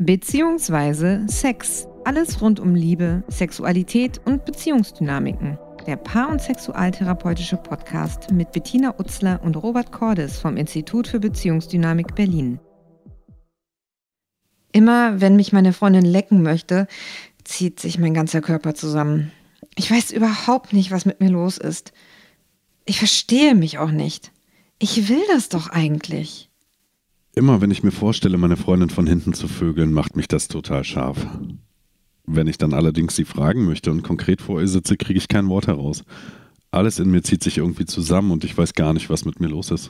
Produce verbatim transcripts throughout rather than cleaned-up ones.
Beziehungsweise Sex. Alles rund um Liebe, Sexualität und Beziehungsdynamiken. Der Paar- und Sexualtherapeutische Podcast mit Bettina Utzler und Robert Cordes vom Institut für Beziehungsdynamik Berlin. Immer wenn mich meine Freundin lecken möchte, zieht sich mein ganzer Körper zusammen. Ich weiß überhaupt nicht, was mit mir los ist. Ich verstehe mich auch nicht. Ich will das doch eigentlich. Immer wenn ich mir vorstelle, meine Freundin von hinten zu vögeln, macht mich das total scharf. Wenn ich dann allerdings sie fragen möchte und konkret vor ihr sitze, kriege ich kein Wort heraus. Alles in mir zieht sich irgendwie zusammen und ich weiß gar nicht, was mit mir los ist.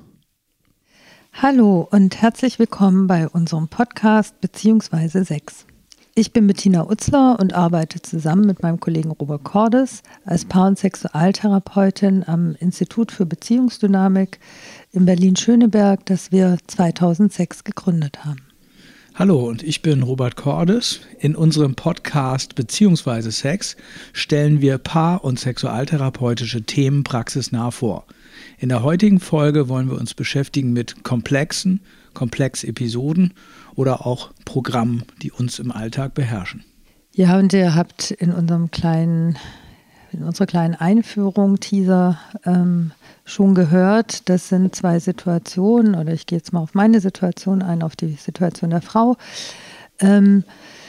Hallo und herzlich willkommen bei unserem Podcast beziehungsweise Sex. Ich bin Bettina Utzler und arbeite zusammen mit meinem Kollegen Robert Cordes als Paar- und Sexualtherapeutin am Institut für Beziehungsdynamik in Berlin-Schöneberg, das wir zweitausendsechs gegründet haben. Hallo und ich bin Robert Cordes. In unserem Podcast beziehungsweise Sex stellen wir Paar- und Sexualtherapeutische Themen praxisnah vor. In der heutigen Folge wollen wir uns beschäftigen mit komplexen, Komplex-Episoden oder auch Programmen, die uns im Alltag beherrschen. Ja, und ihr habt in unserem kleinen, in unserer kleinen Einführung, Teaser, ähm, schon gehört, das sind zwei Situationen, oder ich gehe jetzt mal auf meine Situation ein, auf die Situation der Frau. Ähm,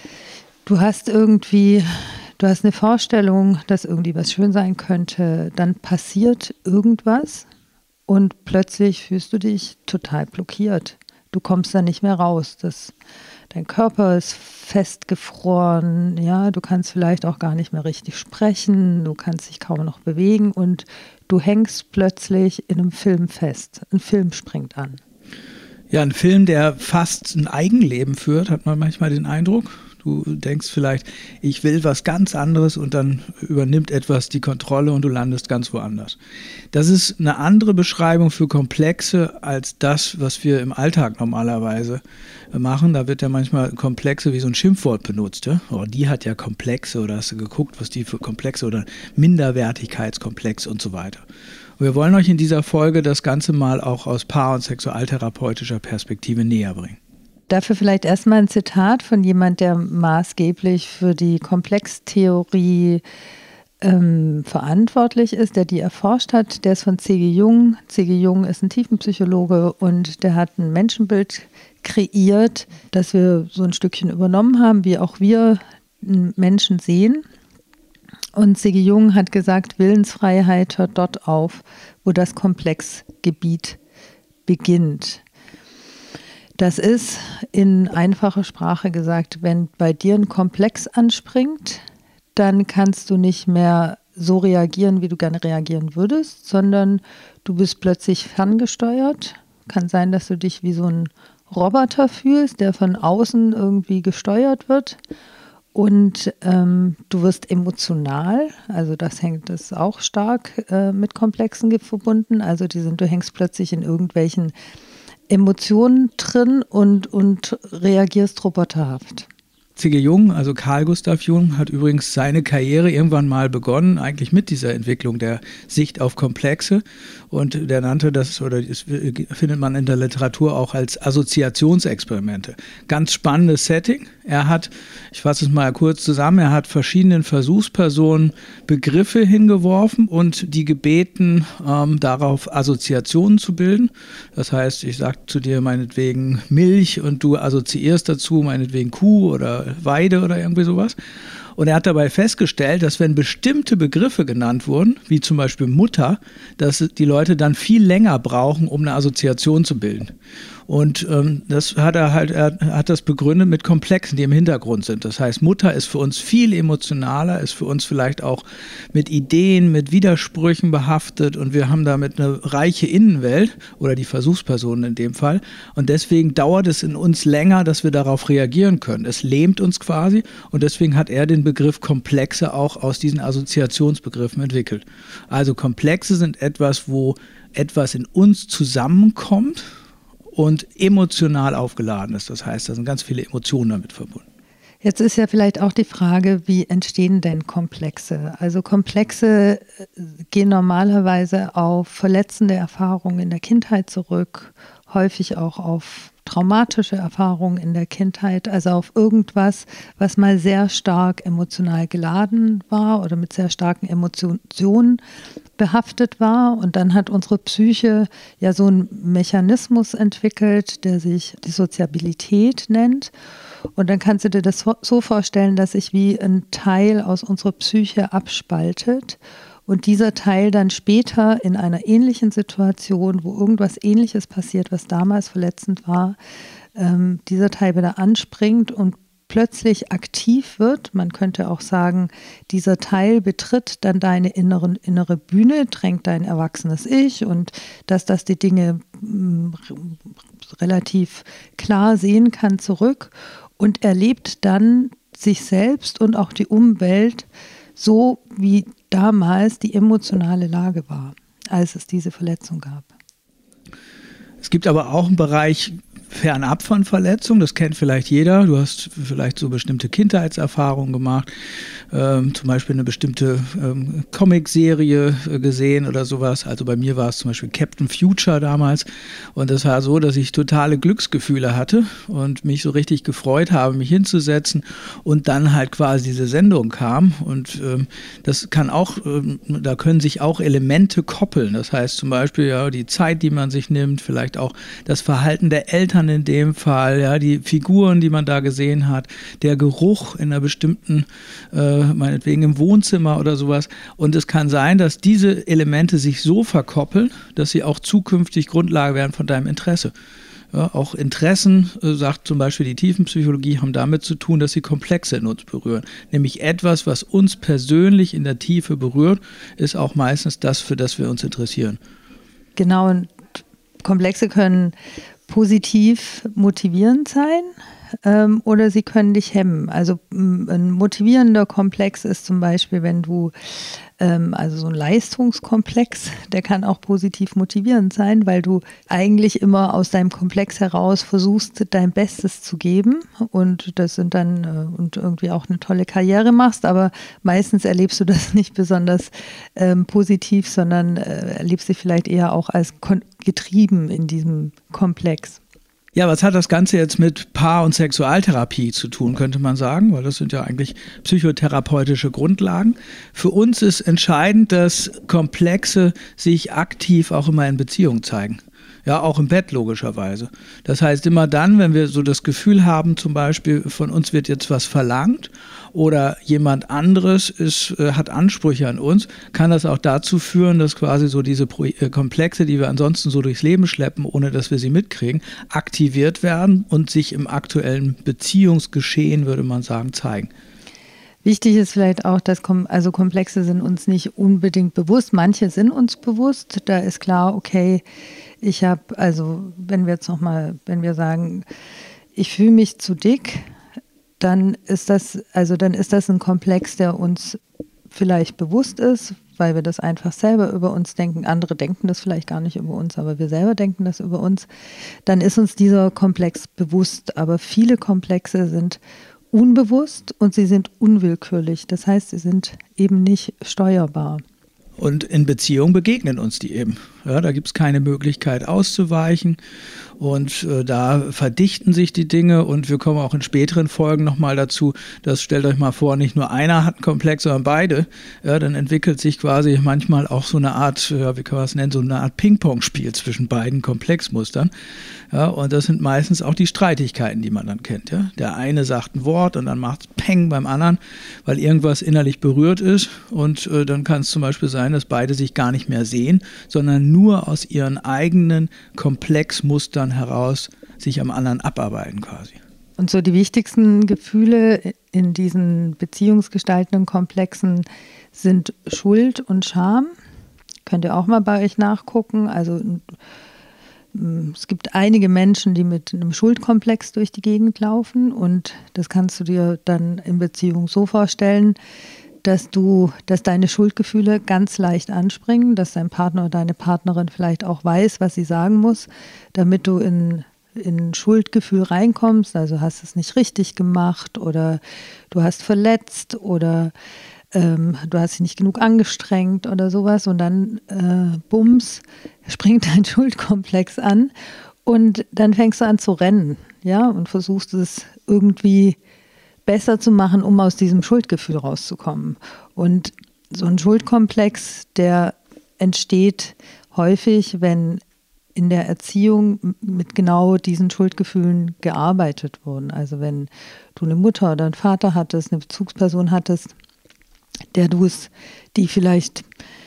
du hast irgendwie, du hast eine Vorstellung, dass irgendwie was schön sein könnte, dann passiert irgendwas und plötzlich fühlst du dich total blockiert. Du kommst da nicht mehr raus. Das, dein Körper ist festgefroren, ja, du kannst vielleicht auch gar nicht mehr richtig sprechen, du kannst dich kaum noch bewegen und du hängst plötzlich in einem Film fest. Ein Film springt an. Ja, ein Film, der fast ein Eigenleben führt, hat man manchmal den Eindruck. Du denkst vielleicht, ich will was ganz anderes und dann übernimmt etwas die Kontrolle und du landest ganz woanders. Das ist eine andere Beschreibung für Komplexe als das, was wir im Alltag normalerweise machen. Da wird ja manchmal Komplexe wie so ein Schimpfwort benutzt. Ja? Oh, die hat ja Komplexe oder hast du geguckt, was die für Komplexe oder Minderwertigkeitskomplex und so weiter. Und wir wollen euch in dieser Folge das Ganze mal auch aus paar- und sexualtherapeutischer Perspektive näher bringen. Dafür vielleicht erstmal ein Zitat von jemand, der maßgeblich für die Komplextheorie ähm, verantwortlich ist, der die erforscht hat. Der ist von C G Jung. C G Jung ist ein Tiefenpsychologe und der hat ein Menschenbild kreiert, das wir so ein Stückchen übernommen haben, wie auch wir Menschen sehen. Und C G Jung hat gesagt, Willensfreiheit hört dort auf, wo das Komplexgebiet beginnt. Das ist in einfacher Sprache gesagt, wenn bei dir ein Komplex anspringt, dann kannst du nicht mehr so reagieren, wie du gerne reagieren würdest, sondern du bist plötzlich ferngesteuert. Kann sein, dass du dich wie so ein Roboter fühlst, der von außen irgendwie gesteuert wird. Und ähm, du wirst emotional, also das hängt das ist auch stark äh, mit Komplexen verbunden. Also die sind, du hängst plötzlich in irgendwelchen Emotionen drin und, und reagierst roboterhaft. C G Jung, also Carl Gustav Jung, hat übrigens seine Karriere irgendwann mal begonnen, eigentlich mit dieser Entwicklung der Sicht auf Komplexe. Und der nannte das, oder das findet man in der Literatur auch als Assoziationsexperimente. Ganz spannendes Setting. Er hat, ich fasse es mal kurz zusammen, er hat verschiedenen Versuchspersonen Begriffe hingeworfen und die gebeten, ähm, darauf Assoziationen zu bilden. Das heißt, ich sage zu dir meinetwegen Milch und du assoziierst dazu meinetwegen Kuh oder Weide oder irgendwie sowas. Und er hat dabei festgestellt, dass wenn bestimmte Begriffe genannt wurden, wie zum Beispiel Mutter, dass die Leute dann viel länger brauchen, um eine Assoziation zu bilden. Und ähm, das hat er halt, er hat das begründet mit Komplexen, die im Hintergrund sind. Das heißt, Mutter ist für uns viel emotionaler, ist für uns vielleicht auch mit Ideen, mit Widersprüchen behaftet und wir haben damit eine reiche Innenwelt oder die Versuchspersonen in dem Fall. Und deswegen dauert es in uns länger, dass wir darauf reagieren können. Es lähmt uns quasi und deswegen hat er den Begriff Komplexe auch aus diesen Assoziationsbegriffen entwickelt. Also Komplexe sind etwas, wo etwas in uns zusammenkommt und emotional aufgeladen ist. Das heißt, da sind ganz viele Emotionen damit verbunden. Jetzt ist ja vielleicht auch die Frage, wie entstehen denn Komplexe? Also Komplexe gehen normalerweise auf verletzende Erfahrungen in der Kindheit zurück, häufig auch auf traumatische Erfahrungen in der Kindheit, also auf irgendwas, was mal sehr stark emotional geladen war oder mit sehr starken Emotionen behaftet war. Und dann hat unsere Psyche ja so einen Mechanismus entwickelt, der sich Dissoziabilität nennt. Und dann kannst du dir das so vorstellen, dass sich wie ein Teil aus unserer Psyche abspaltet und dieser Teil dann später in einer ähnlichen Situation, wo irgendwas Ähnliches passiert, was damals verletzend war, ähm, dieser Teil wieder anspringt und plötzlich aktiv wird. Man könnte auch sagen, dieser Teil betritt dann deine innere, innere Bühne, drängt dein erwachsenes Ich und dass das die Dinge mh, relativ klar sehen kann zurück und erlebt dann sich selbst und auch die Umwelt so, wie damals die emotionale Lage war, als es diese Verletzung gab. Es gibt aber auch einen Bereich fernab von Verletzung, das kennt vielleicht jeder. Du hast vielleicht so bestimmte Kindheitserfahrungen gemacht, ähm, zum Beispiel eine bestimmte ähm, Comicserie äh, gesehen oder sowas. Also bei mir war es zum Beispiel Captain Future damals und das war so, dass ich totale Glücksgefühle hatte und mich so richtig gefreut habe, mich hinzusetzen und dann halt quasi diese Sendung kam und ähm, das kann auch, ähm, da können sich auch Elemente koppeln. Das heißt zum Beispiel ja die Zeit, die man sich nimmt, vielleicht auch das Verhalten der Eltern in dem Fall, ja, die Figuren, die man da gesehen hat, der Geruch in einer bestimmten, äh, meinetwegen im Wohnzimmer oder sowas. Und es kann sein, dass diese Elemente sich so verkoppeln, dass sie auch zukünftig Grundlage werden von deinem Interesse. Ja, auch Interessen, äh, sagt zum Beispiel die Tiefenpsychologie, haben damit zu tun, dass sie Komplexe in uns berühren. Nämlich etwas, was uns persönlich in der Tiefe berührt, ist auch meistens das, für das wir uns interessieren. Genau, und Komplexe können positiv motivierend sein ähm, oder sie können dich hemmen. Also ein motivierender Komplex ist zum Beispiel, wenn du, ähm, also so ein Leistungskomplex, der kann auch positiv motivierend sein, weil du eigentlich immer aus deinem Komplex heraus versuchst, dein Bestes zu geben und das sind dann äh, und irgendwie auch eine tolle Karriere machst, aber meistens erlebst du das nicht besonders ähm, positiv, sondern äh, erlebst dich vielleicht eher auch als kon- getrieben in diesem Komplex. Ja, was hat das Ganze jetzt mit Paar- und Sexualtherapie zu tun, könnte man sagen, weil das sind ja eigentlich psychotherapeutische Grundlagen. Für uns ist entscheidend, dass Komplexe sich aktiv auch immer in Beziehung zeigen. Ja, auch im Bett logischerweise. Das heißt, immer dann, wenn wir so das Gefühl haben, zum Beispiel von uns wird jetzt was verlangt oder jemand anderes ist, äh, hat Ansprüche an uns, kann das auch dazu führen, dass quasi so diese Pro- äh, Komplexe, die wir ansonsten so durchs Leben schleppen, ohne dass wir sie mitkriegen, aktiviert werden und sich im aktuellen Beziehungsgeschehen, würde man sagen, zeigen. Wichtig ist vielleicht auch, dass Kom- also Komplexe sind uns nicht unbedingt bewusst. Manche sind uns bewusst. Da ist klar, okay, ich habe, also wenn wir jetzt nochmal, wenn wir sagen, ich fühle mich zu dick, dann ist das, also dann ist das ein Komplex, der uns vielleicht bewusst ist, weil wir das einfach selber über uns denken. Andere denken das vielleicht gar nicht über uns, aber wir selber denken das über uns. Dann ist uns dieser Komplex bewusst. Aber viele Komplexe sind unbewusst und sie sind unwillkürlich. Das heißt, sie sind eben nicht steuerbar. Und in Beziehung begegnen uns die eben. Ja, da gibt es keine Möglichkeit auszuweichen und äh, da verdichten sich die Dinge und wir kommen auch in späteren Folgen nochmal dazu, dass, stellt euch mal vor, nicht nur einer hat einen Komplex, sondern beide. Ja, dann entwickelt sich quasi manchmal auch so eine Art, ja, wie kann man es nennen, so eine Art Ping-Pong-Spiel zwischen beiden Komplexmustern. Ja, und das sind meistens auch die Streitigkeiten, die man dann kennt. Ja? Der eine sagt ein Wort und dann macht es Peng beim anderen, weil irgendwas innerlich berührt ist und äh, dann kann es zum Beispiel sein, dass beide sich gar nicht mehr sehen, sondern nur aus ihren eigenen Komplexmustern heraus sich am anderen abarbeiten quasi. Und so die wichtigsten Gefühle in diesen beziehungsgestaltenden Komplexen sind Schuld und Scham. Könnt ihr auch mal bei euch nachgucken. Also es gibt einige Menschen, die mit einem Schuldkomplex durch die Gegend laufen und das kannst du dir dann in Beziehung so vorstellen, dass du, dass deine Schuldgefühle ganz leicht anspringen, dass dein Partner oder deine Partnerin vielleicht auch weiß, was sie sagen muss, damit du in, in Schuldgefühl reinkommst. Also hast es nicht richtig gemacht oder du hast verletzt oder ähm, du hast dich nicht genug angestrengt oder sowas und dann äh, bums, springt dein Schuldkomplex an Und dann fängst du an zu rennen, ja, und versuchst es irgendwie besser zu machen, um aus diesem Schuldgefühl rauszukommen. Und so ein Schuldkomplex, der entsteht häufig, wenn in der Erziehung mit genau diesen Schuldgefühlen gearbeitet wurde. Also wenn du eine Mutter oder einen Vater hattest, eine Bezugsperson hattest, der du es, die vielleicht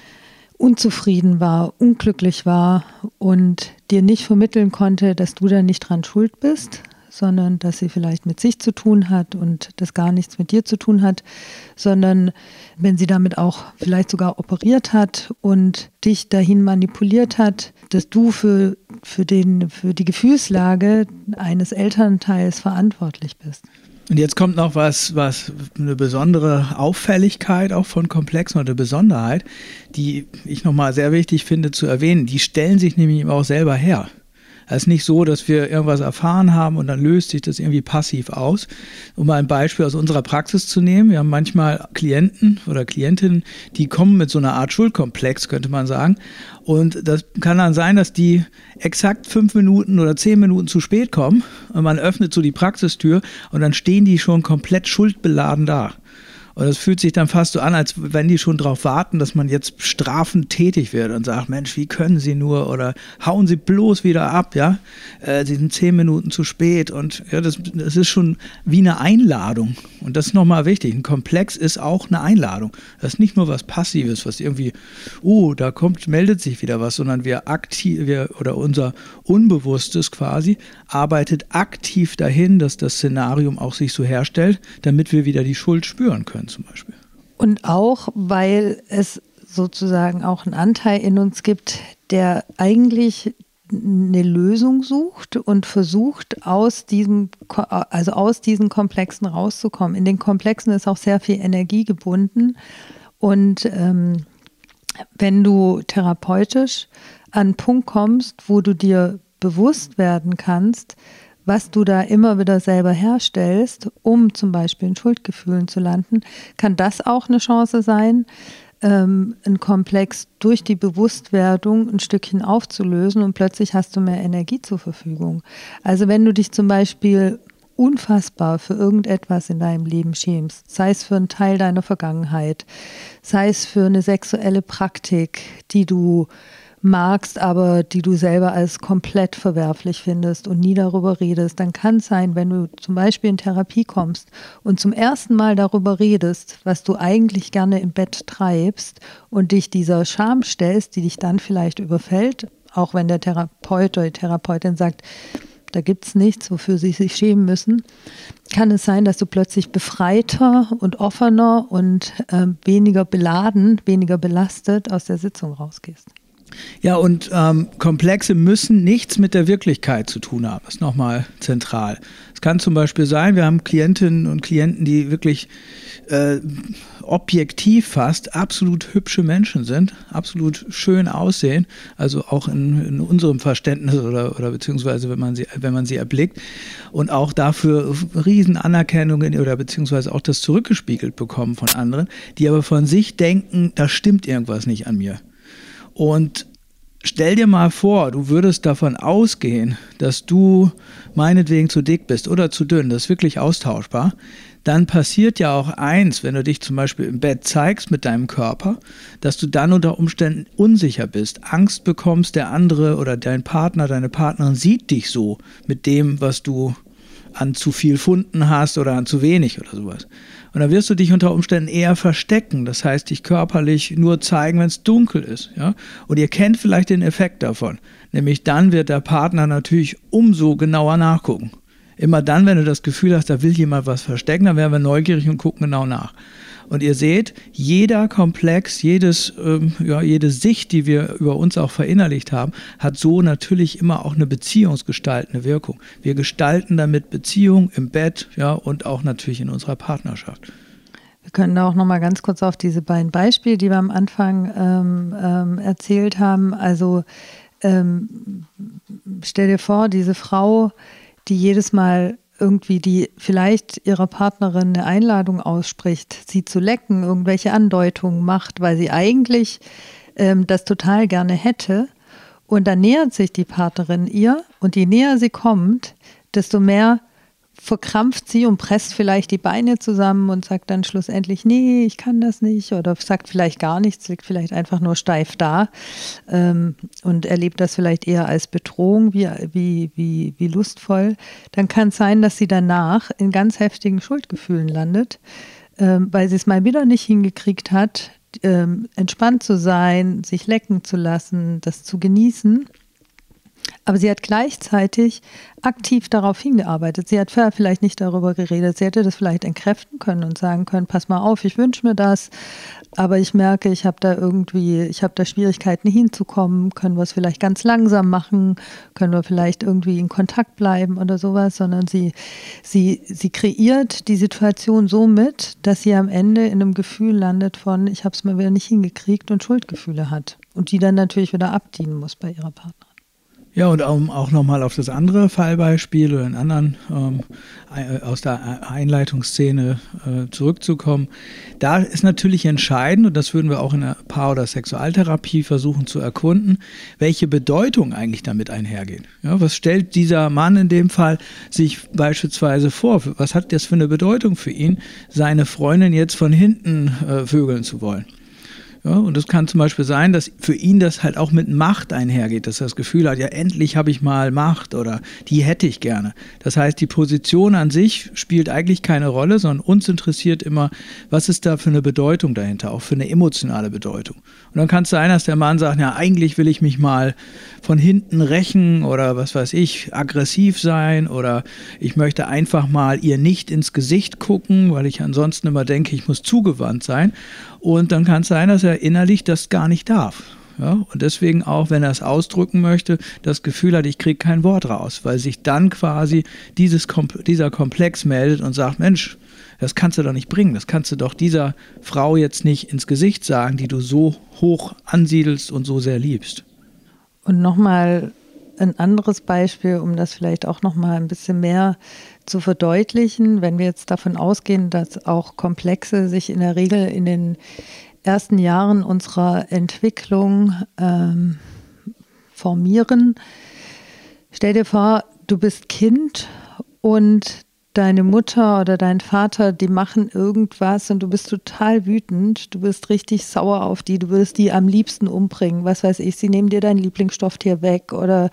unzufrieden war, unglücklich war und dir nicht vermitteln konnte, dass du da nicht dran schuld bist, sondern dass sie vielleicht mit sich zu tun hat und das gar nichts mit dir zu tun hat, sondern wenn sie damit auch vielleicht sogar operiert hat und dich dahin manipuliert hat, dass du für, für, den, für die Gefühlslage eines Elternteils verantwortlich bist. Und jetzt kommt noch was, was eine besondere Auffälligkeit auch von Komplexen oder Besonderheit, die ich nochmal sehr wichtig finde zu erwähnen. Die stellen sich nämlich auch selber her. Es ist nicht so, dass wir irgendwas erfahren haben und dann löst sich das irgendwie passiv aus. Um mal ein Beispiel aus unserer Praxis zu nehmen. Wir haben manchmal Klienten oder Klientinnen, die kommen mit so einer Art Schuldkomplex, könnte man sagen. Und das kann dann sein, dass die exakt fünf Minuten oder zehn Minuten zu spät kommen und man öffnet so die Praxistür und dann stehen die schon komplett schuldbeladen da. Und es fühlt sich dann fast so an, als wenn die schon darauf warten, dass man jetzt strafend tätig wird und sagt, Mensch, wie können Sie nur oder hauen Sie bloß wieder ab, ja? Äh, Sie sind zehn Minuten zu spät und ja, das, das ist schon wie eine Einladung. Und das ist nochmal wichtig. Ein Komplex ist auch eine Einladung. Das ist nicht nur was Passives, was irgendwie, oh, da kommt, meldet sich wieder was, sondern wir aktiv, wir, oder unser Unbewusstes quasi arbeitet aktiv dahin, dass das Szenarium auch sich so herstellt, damit wir wieder die Schuld spüren können. Zum Beispiel. Und auch, weil es sozusagen auch einen Anteil in uns gibt, der eigentlich eine Lösung sucht und versucht, aus diesem, also aus diesen Komplexen rauszukommen. In den Komplexen ist auch sehr viel Energie gebunden. Und ähm, wenn du therapeutisch an einen Punkt kommst, wo du dir bewusst werden kannst, was du da immer wieder selber herstellst, um zum Beispiel in Schuldgefühlen zu landen, kann das auch eine Chance sein, ähm, einen Komplex durch die Bewusstwerdung ein Stückchen aufzulösen und plötzlich hast du mehr Energie zur Verfügung. Also wenn du dich zum Beispiel unfassbar für irgendetwas in deinem Leben schämst, sei es für einen Teil deiner Vergangenheit, sei es für eine sexuelle Praktik, die du magst, aber die du selber als komplett verwerflich findest und nie darüber redest, dann kann es sein, wenn du zum Beispiel in Therapie kommst und zum ersten Mal darüber redest, was du eigentlich gerne im Bett treibst und dich dieser Scham stellst, die dich dann vielleicht überfällt, auch wenn der Therapeut oder die Therapeutin sagt, da gibt es nichts, wofür sie sich schämen müssen, kann es sein, dass du plötzlich befreiter und offener und äh, weniger beladen, weniger belastet aus der Sitzung rausgehst. Ja, und ähm, Komplexe müssen nichts mit der Wirklichkeit zu tun haben. Das ist nochmal zentral. Es kann zum Beispiel sein, wir haben Klientinnen und Klienten, die wirklich äh, objektiv fast absolut hübsche Menschen sind, absolut schön aussehen, also auch in, in unserem Verständnis oder, oder beziehungsweise wenn man sie, wenn man sie erblickt und auch dafür riesen Anerkennungen oder beziehungsweise auch das zurückgespiegelt bekommen von anderen, die aber von sich denken, da stimmt irgendwas nicht an mir. Und stell dir mal vor, du würdest davon ausgehen, dass du meinetwegen zu dick bist oder zu dünn, das ist wirklich austauschbar, dann passiert ja auch eins, wenn du dich zum Beispiel im Bett zeigst mit deinem Körper, dass du dann unter Umständen unsicher bist, Angst bekommst, der andere oder dein Partner, deine Partnerin sieht dich so mit dem, was du an zu viel Funden hast oder an zu wenig oder sowas. Und dann wirst du dich unter Umständen eher verstecken, das heißt dich körperlich nur zeigen, wenn es dunkel ist. Ja? Und ihr kennt vielleicht den Effekt davon, nämlich dann wird der Partner natürlich umso genauer nachgucken. Immer dann, wenn du das Gefühl hast, da will jemand was verstecken, dann werden wir neugierig und gucken genau nach. Und ihr seht, jeder Komplex, jedes, ähm, ja, jede Sicht, die wir über uns auch verinnerlicht haben, hat so natürlich immer auch eine beziehungsgestaltende Wirkung. Wir gestalten damit Beziehung im Bett, ja, und auch natürlich in unserer Partnerschaft. Wir können auch noch mal ganz kurz auf diese beiden Beispiele, die wir am Anfang ähm, ähm, erzählt haben. Also ähm, stell dir vor, diese Frau, die jedes Mal irgendwie die vielleicht ihrer Partnerin eine Einladung ausspricht, sie zu lecken, irgendwelche Andeutungen macht, weil sie eigentlich ähm, das total gerne hätte Und dann nähert sich die Partnerin ihr und je näher sie kommt, desto mehr verkrampft sie und presst vielleicht die Beine zusammen und sagt dann schlussendlich, nee, ich kann das nicht, oder sagt vielleicht gar nichts, liegt vielleicht einfach nur steif da ähm, und erlebt das vielleicht eher als Bedrohung wie, wie, wie, wie lustvoll. Dann kann es sein, dass sie danach in ganz heftigen Schuldgefühlen landet, ähm, weil sie es mal wieder nicht hingekriegt hat, ähm, entspannt zu sein, sich lecken zu lassen, das zu genießen. Aber sie hat gleichzeitig aktiv darauf hingearbeitet. Sie hat vielleicht nicht darüber geredet. Sie hätte das vielleicht entkräften können und sagen können, pass mal auf, ich wünsche mir das, aber ich merke, ich habe da irgendwie, ich habe da Schwierigkeiten hinzukommen. Können wir es vielleicht ganz langsam machen? Können wir vielleicht irgendwie in Kontakt bleiben oder sowas? Sondern sie, sie, sie kreiert die Situation so mit, dass sie am Ende in einem Gefühl landet von, ich habe es mal wieder nicht hingekriegt und Schuldgefühle hat. Und die dann natürlich wieder abdienen muss bei ihrer Partnerin. Ja, und um auch nochmal auf das andere Fallbeispiel oder einen anderen ähm, aus der Einleitungsszene äh, zurückzukommen. Da ist natürlich entscheidend, und das würden wir auch in der Paar- oder Sexualtherapie versuchen zu erkunden, welche Bedeutung eigentlich damit einhergeht. Ja, was stellt dieser Mann in dem Fall sich beispielsweise vor? Was hat das für eine Bedeutung für ihn, seine Freundin jetzt von hinten äh, vögeln zu wollen? Ja, und es kann zum Beispiel sein, dass für ihn das halt auch mit Macht einhergeht, dass er das Gefühl hat, ja, endlich habe ich mal Macht oder die hätte ich gerne. Das heißt, die Position an sich spielt eigentlich keine Rolle, sondern uns interessiert immer, was ist da für eine Bedeutung dahinter, auch für eine emotionale Bedeutung. Und dann kann es sein, dass der Mann sagt, ja, eigentlich will ich mich mal von hinten rächen oder was weiß ich, aggressiv sein oder ich möchte einfach mal ihr nicht ins Gesicht gucken, weil ich ansonsten immer denke, ich muss zugewandt sein. Und dann kann es sein, dass er innerlich das gar nicht darf. Ja? Und deswegen auch, wenn er es ausdrücken möchte, das Gefühl hat, ich kriege kein Wort raus, weil sich dann quasi dieses, dieser Komplex meldet und sagt, Mensch, das kannst du doch nicht bringen, das kannst du doch dieser Frau jetzt nicht ins Gesicht sagen, die du so hoch ansiedelst und so sehr liebst. Und nochmal ein anderes Beispiel, um das vielleicht auch nochmal ein bisschen mehr zu verdeutlichen, wenn wir jetzt davon ausgehen, dass auch Komplexe sich in der Regel in den ersten Jahren unserer Entwicklung ähm, formieren. Stell dir vor, du bist Kind und deine Mutter oder dein Vater, die machen irgendwas und du bist total wütend, du bist richtig sauer auf die, du würdest die am liebsten umbringen, was weiß ich, sie nehmen dir dein Lieblingsstofftier weg oder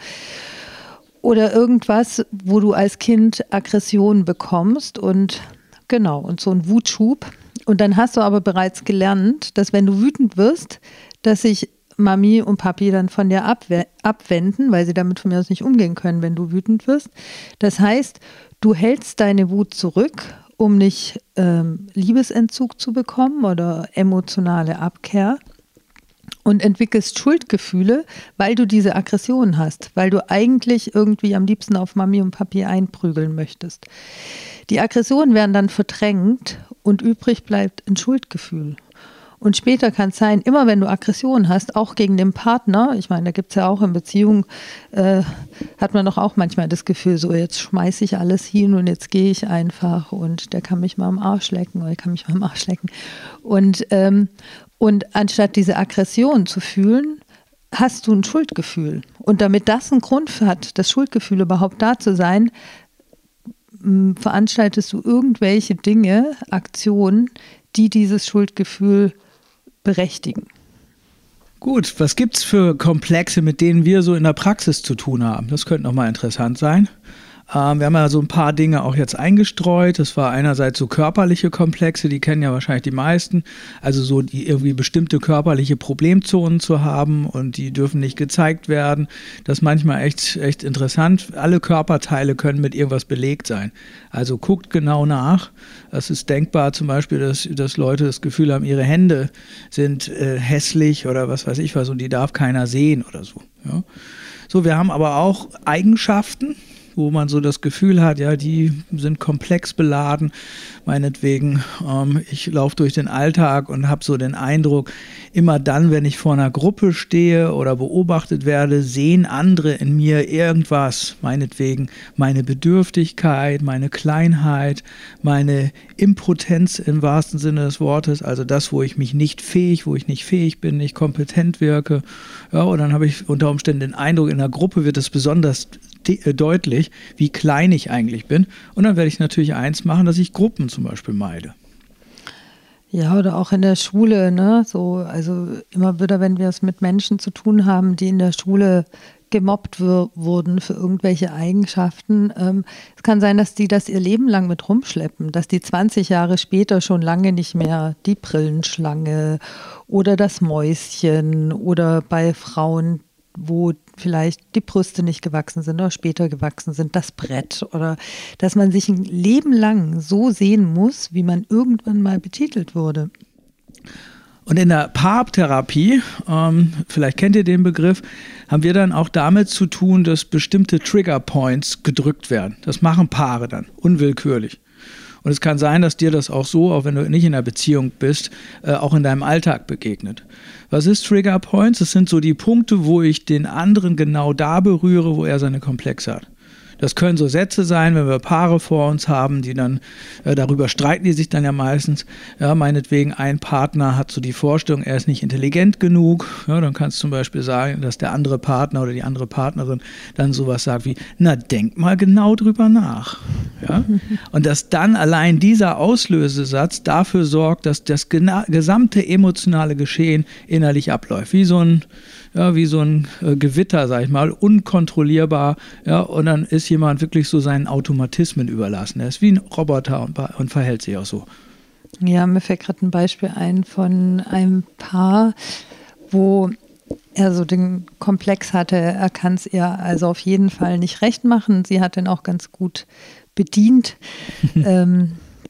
Oder irgendwas, wo du als Kind Aggression bekommst und genau, und so ein Wutschub. Und dann hast du aber bereits gelernt, dass wenn du wütend wirst, dass sich Mami und Papi dann von dir abwe- abwenden, weil sie damit von mir aus nicht umgehen können, wenn du wütend wirst. Das heißt, du hältst deine Wut zurück, um nicht ähm, Liebesentzug zu bekommen oder emotionale Abkehr. Und entwickelst Schuldgefühle, weil du diese Aggression hast, weil du eigentlich irgendwie am liebsten auf Mami und Papi einprügeln möchtest. Die Aggressionen werden dann verdrängt und übrig bleibt ein Schuldgefühl. Und später kann es sein, immer wenn du Aggression hast, auch gegen den Partner, ich meine, da gibt es ja auch in Beziehungen, äh, hat man doch auch manchmal das Gefühl, so jetzt schmeiße ich alles hin und jetzt gehe ich einfach und der kann mich mal am Arsch lecken oder ich kann mich mal am Arsch lecken. Und, ähm, und anstatt diese Aggression zu fühlen, hast du ein Schuldgefühl. Und damit das einen Grund hat, das Schuldgefühl überhaupt da zu sein, veranstaltest du irgendwelche Dinge, Aktionen, die dieses Schuldgefühl berechtigen. Gut, was gibt es für Komplexe, mit denen wir so in der Praxis zu tun haben? Das könnte nochmal interessant sein. Ähm, wir haben ja so ein paar Dinge auch jetzt eingestreut. Das war einerseits so körperliche Komplexe, die kennen ja wahrscheinlich die meisten. Also so die irgendwie bestimmte körperliche Problemzonen zu haben und die dürfen nicht gezeigt werden. Das ist manchmal echt, echt interessant. Alle Körperteile können mit irgendwas belegt sein. Also guckt genau nach. Es ist denkbar zum Beispiel, dass, dass Leute das Gefühl haben, ihre Hände sind äh, hässlich oder was weiß ich was und die darf keiner sehen oder so. Ja. So, wir haben aber auch Eigenschaften, wo man so das Gefühl hat, ja, die sind komplex beladen, meinetwegen. Ähm, ich laufe durch den Alltag und habe so den Eindruck, immer dann, wenn ich vor einer Gruppe stehe oder beobachtet werde, sehen andere in mir irgendwas, meinetwegen meine Bedürftigkeit, meine Kleinheit, meine Impotenz im wahrsten Sinne des Wortes, also das, wo ich mich nicht fähig, wo ich nicht fähig bin, nicht kompetent wirke. Ja, und dann habe ich unter Umständen den Eindruck, in der Gruppe wird es besonders de- deutlich, wie klein ich eigentlich bin. Und dann werde ich natürlich eins machen, dass ich Gruppen zum Beispiel meide. Ja, oder auch in der Schule, ne? So, also immer wieder, wenn wir es mit Menschen zu tun haben, die in der Schule gemobbt w- wurden für irgendwelche Eigenschaften. Ähm, es kann sein, dass die das ihr Leben lang mit rumschleppen, dass die zwanzig Jahre später schon lange nicht mehr die Brillenschlange oder das Mäuschen oder bei Frauen, wo vielleicht die Brüste nicht gewachsen sind oder später gewachsen sind, das Brett, oder dass man sich ein Leben lang so sehen muss, wie man irgendwann mal betitelt wurde. Und in der Paartherapie, ähm, vielleicht kennt ihr den Begriff, haben wir dann auch damit zu tun, dass bestimmte Trigger Points gedrückt werden. Das machen Paare dann, unwillkürlich. Und es kann sein, dass dir das auch so, auch wenn du nicht in einer Beziehung bist, äh, auch in deinem Alltag begegnet. Was ist Trigger Points? Das sind so die Punkte, wo ich den anderen genau da berühre, wo er seine Komplexe hat. Das können so Sätze sein, wenn wir Paare vor uns haben, die dann, äh, darüber streiten die sich dann ja meistens. Ja, meinetwegen ein Partner hat so die Vorstellung, er ist nicht intelligent genug. Ja, dann kannst du zum Beispiel sagen, dass der andere Partner oder die andere Partnerin dann sowas sagt wie, na, denk mal genau drüber nach. Ja? Und dass dann allein dieser Auslösesatz dafür sorgt, dass das gena- gesamte emotionale Geschehen innerlich abläuft. Wie so ein Ja, wie so ein äh, Gewitter, sag ich mal, unkontrollierbar. Ja, und dann ist jemand wirklich so seinen Automatismen überlassen. Er ist wie ein Roboter und, und verhält sich auch so. Ja, mir fällt gerade ein Beispiel ein von einem Paar, wo er so den Komplex hatte, er kann es ihr also auf jeden Fall nicht recht machen. Sie hat ihn auch ganz gut bedient. ähm,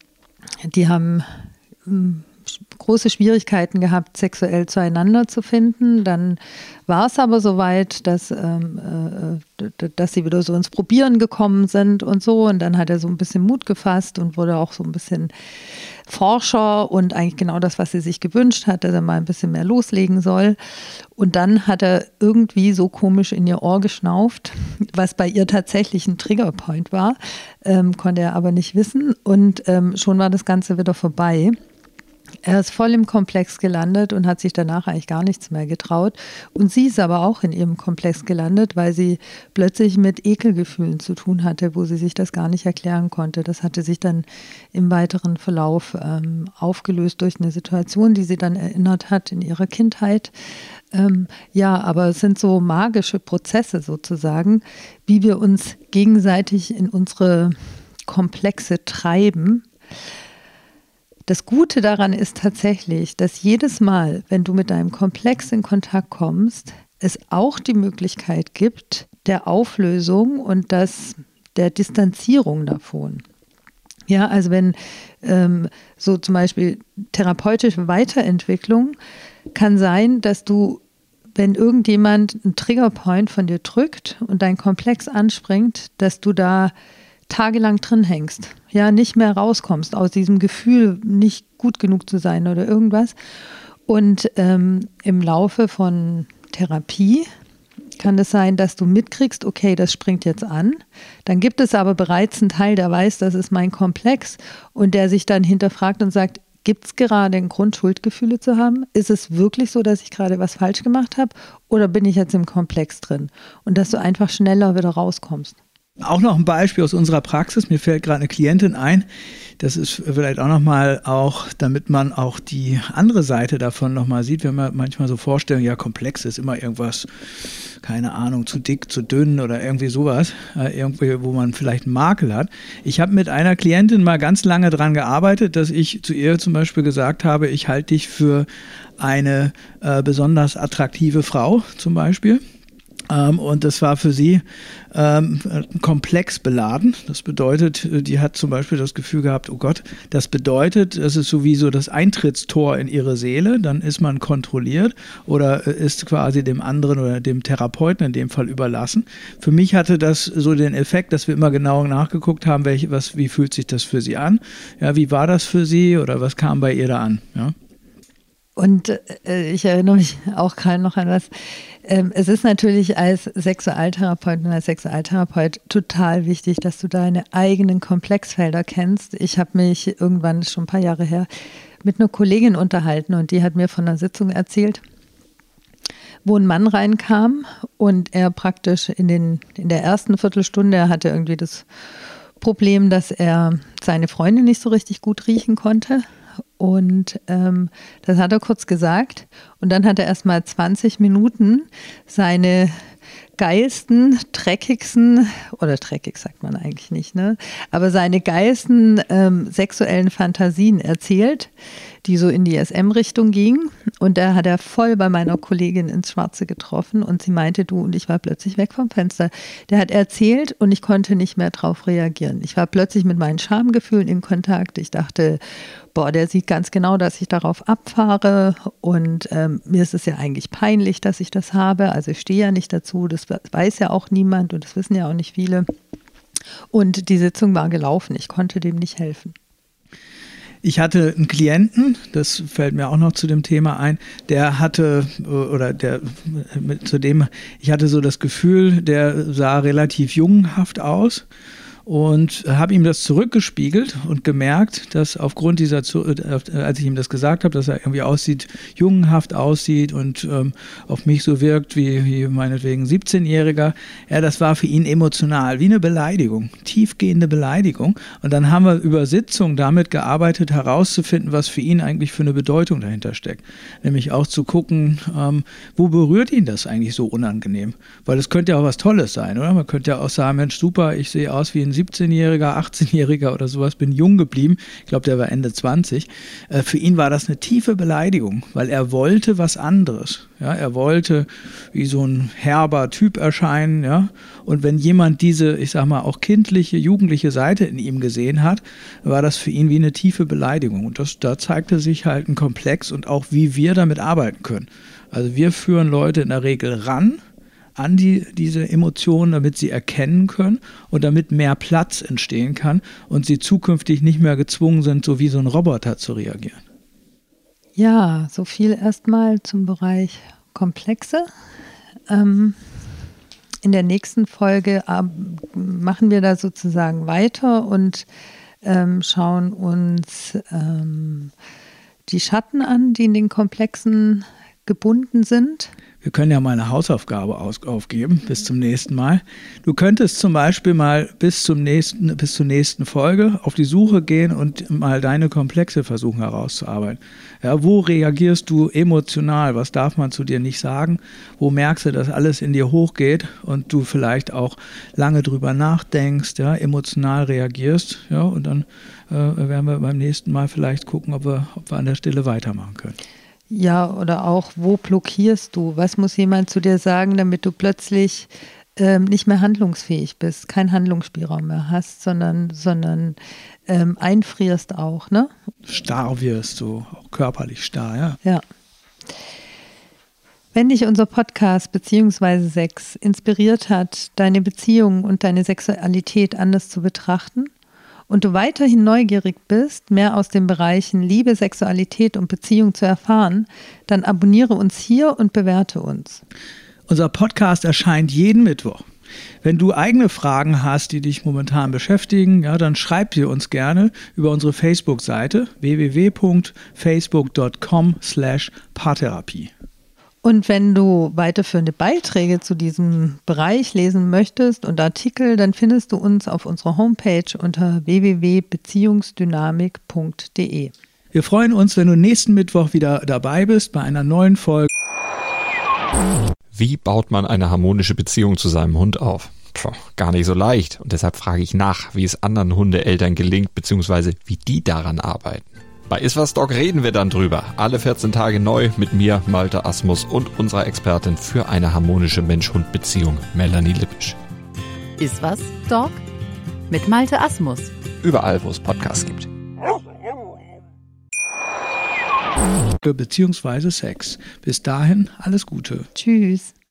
die haben ähm, große Schwierigkeiten gehabt, sexuell zueinander zu finden. Dann war es aber soweit, dass, ähm, äh, dass sie wieder so ins Probieren gekommen sind und so. Und dann hat er so ein bisschen Mut gefasst und wurde auch so ein bisschen Forscher und eigentlich genau das, was sie sich gewünscht hat, dass er mal ein bisschen mehr loslegen soll. Und dann hat er irgendwie so komisch in ihr Ohr geschnauft, was bei ihr tatsächlich ein Triggerpoint war, ähm, konnte er aber nicht wissen. Und ähm, schon war das Ganze wieder vorbei. Er ist voll im Komplex gelandet und hat sich danach eigentlich gar nichts mehr getraut. Und sie ist aber auch in ihrem Komplex gelandet, weil sie plötzlich mit Ekelgefühlen zu tun hatte, wo sie sich das gar nicht erklären konnte. Das hatte sich dann im weiteren Verlauf ähm, aufgelöst durch eine Situation, die sie dann erinnert hat in ihrer Kindheit. Ähm, ja, aber es sind so magische Prozesse sozusagen, wie wir uns gegenseitig in unsere Komplexe treiben. Das Gute daran ist tatsächlich, dass jedes Mal, wenn du mit deinem Komplex in Kontakt kommst, es auch die Möglichkeit gibt der Auflösung und das, der Distanzierung davon. Ja, also wenn ähm, so zum Beispiel therapeutische Weiterentwicklung kann sein, dass du, wenn irgendjemand einen Triggerpoint von dir drückt und dein Komplex anspringt, dass du da tagelang drin hängst, ja, nicht mehr rauskommst aus diesem Gefühl, nicht gut genug zu sein oder irgendwas. Und ähm, im Laufe von Therapie kann es sein, dass du mitkriegst, okay, das springt jetzt an. Dann gibt es aber bereits einen Teil, der weiß, das ist mein Komplex und der sich dann hinterfragt und sagt, gibt es gerade einen Grund, Schuldgefühle zu haben? Ist es wirklich so, dass ich gerade was falsch gemacht habe oder bin ich jetzt im Komplex drin? Und dass du einfach schneller wieder rauskommst. Auch noch ein Beispiel aus unserer Praxis. Mir fällt gerade eine Klientin ein. Das ist vielleicht auch nochmal auch, damit man auch die andere Seite davon nochmal sieht, wenn man manchmal so Vorstellungen, ja, komplex ist immer irgendwas, keine Ahnung, zu dick, zu dünn oder irgendwie sowas, äh, irgendwie, wo man vielleicht einen Makel hat. Ich habe mit einer Klientin mal ganz lange dran gearbeitet, dass ich zu ihr zum Beispiel gesagt habe, ich halte dich für eine äh, besonders attraktive Frau zum Beispiel. Ähm, und das war für sie ähm, komplex beladen. Das bedeutet, die hat zum Beispiel das Gefühl gehabt, oh Gott, das bedeutet, das ist sowieso das Eintrittstor in ihre Seele, dann ist man kontrolliert oder ist quasi dem anderen oder dem Therapeuten in dem Fall überlassen. Für mich hatte das so den Effekt, dass wir immer genau nachgeguckt haben, welche, was, wie fühlt sich das für sie an, ja, wie war das für sie oder was kam bei ihr da an, ja. Und äh, ich erinnere mich auch gerade noch an was. Ähm, es ist natürlich als Sexualtherapeutin und als Sexualtherapeut total wichtig, dass du deine eigenen Komplexfelder kennst. Ich habe mich irgendwann, schon ein paar Jahre her, mit einer Kollegin unterhalten und die hat mir von einer Sitzung erzählt, wo ein Mann reinkam und er praktisch in, den, in der ersten Viertelstunde, er hatte irgendwie das Problem, dass er seine Freundin nicht so richtig gut riechen konnte. Und ähm, das hat er kurz gesagt. Und dann hat er erst mal zwanzig Minuten seine geilsten, dreckigsten, oder dreckig sagt man eigentlich nicht, ne? Aber seine geilsten ähm, sexuellen Fantasien erzählt, die so in die S M-Richtung gingen. Und da hat er voll bei meiner Kollegin ins Schwarze getroffen und sie meinte, du, und ich war plötzlich weg vom Fenster. Der hat erzählt und ich konnte nicht mehr drauf reagieren. Ich war plötzlich mit meinen Schamgefühlen in Kontakt. Ich dachte, boah, der sieht ganz genau, dass ich darauf abfahre und ähm, mir ist es ja eigentlich peinlich, dass ich das habe. Also ich stehe ja nicht dazu, das weiß ja auch niemand und das wissen ja auch nicht viele. Und die Sitzung war gelaufen, ich konnte dem nicht helfen. Ich hatte einen Klienten, das fällt mir auch noch zu dem Thema ein, der hatte, oder der, zu dem, ich hatte so das Gefühl, der sah relativ jungenhaft aus. Und habe ihm das zurückgespiegelt und gemerkt, dass aufgrund dieser, als ich ihm das gesagt habe, dass er irgendwie aussieht, jungenhaft aussieht und ähm, auf mich so wirkt wie, wie meinetwegen siebzehnjähriger, ja, das war für ihn emotional, wie eine Beleidigung, tiefgehende Beleidigung. Und dann haben wir über Sitzung damit gearbeitet, herauszufinden, was für ihn eigentlich für eine Bedeutung dahinter steckt. Nämlich auch zu gucken, ähm, wo berührt ihn das eigentlich so unangenehm? Weil es könnte ja auch was Tolles sein, oder? Man könnte ja auch sagen, Mensch, super, ich sehe aus wie ein siebzehnjähriger, achtzehnjähriger oder sowas, bin jung geblieben. Ich glaube, der war Ende zwanzig. Äh, für ihn war das eine tiefe Beleidigung, weil er wollte was anderes. Ja, er wollte wie so ein herber Typ erscheinen. Ja? Und wenn jemand diese, ich sag mal, auch kindliche, jugendliche Seite in ihm gesehen hat, war das für ihn wie eine tiefe Beleidigung. Und das, da zeigte sich halt ein Komplex und auch, wie wir damit arbeiten können. Also wir führen Leute in der Regel ran an die, diese Emotionen, damit sie erkennen können und damit mehr Platz entstehen kann und sie zukünftig nicht mehr gezwungen sind, so wie so ein Roboter zu reagieren. Ja, so viel erstmal zum Bereich Komplexe. Ähm, in der nächsten Folge ähm, machen wir da sozusagen weiter und ähm, schauen uns ähm, die Schatten an, die in den Komplexen gebunden sind. Wir können ja mal eine Hausaufgabe aus, aufgeben bis zum nächsten Mal. Du könntest zum Beispiel mal bis zum nächsten, bis zur nächsten Folge auf die Suche gehen und mal deine Komplexe versuchen herauszuarbeiten. Ja, wo reagierst du emotional? Was darf man zu dir nicht sagen? Wo merkst du, dass alles in dir hochgeht und du vielleicht auch lange drüber nachdenkst, ja, emotional reagierst? Ja, und dann äh, werden wir beim nächsten Mal vielleicht gucken, ob wir, ob wir an der Stelle weitermachen können. Ja, oder auch, wo blockierst du? Was muss jemand zu dir sagen, damit du plötzlich ähm, nicht mehr handlungsfähig bist, keinen Handlungsspielraum mehr hast, sondern, sondern ähm, einfrierst auch, ne? Starr wirst du, auch körperlich starr, ja. Ja. Wenn dich unser Podcast beziehungsweise Sex inspiriert hat, deine Beziehung und deine Sexualität anders zu betrachten, und du weiterhin neugierig bist, mehr aus den Bereichen Liebe, Sexualität und Beziehung zu erfahren, dann abonniere uns hier und bewerte uns. Unser Podcast erscheint jeden Mittwoch. Wenn du eigene Fragen hast, die dich momentan beschäftigen, ja, dann schreib sie uns gerne über unsere Facebook-Seite w w w punkt facebook punkt com slash paartherapie. Und wenn du weiterführende Beiträge zu diesem Bereich lesen möchtest und Artikel, dann findest du uns auf unserer Homepage unter w w w punkt beziehungsdynamik punkt d e. Wir freuen uns, wenn du nächsten Mittwoch wieder dabei bist bei einer neuen Folge. Wie baut man eine harmonische Beziehung zu seinem Hund auf? Puh, gar nicht so leicht. Und deshalb frage ich nach, wie es anderen Hundeeltern gelingt, beziehungsweise wie die daran arbeiten. Bei Iswas Dog reden wir dann drüber. Alle vierzehn Tage neu mit mir, Malte Asmus und unserer Expertin für eine harmonische Mensch-Hund-Beziehung, Melanie Lippisch. Iswas Dog mit Malte Asmus. Überall, wo es Podcasts gibt. Beziehungsweise Sex. Bis dahin alles Gute. Tschüss.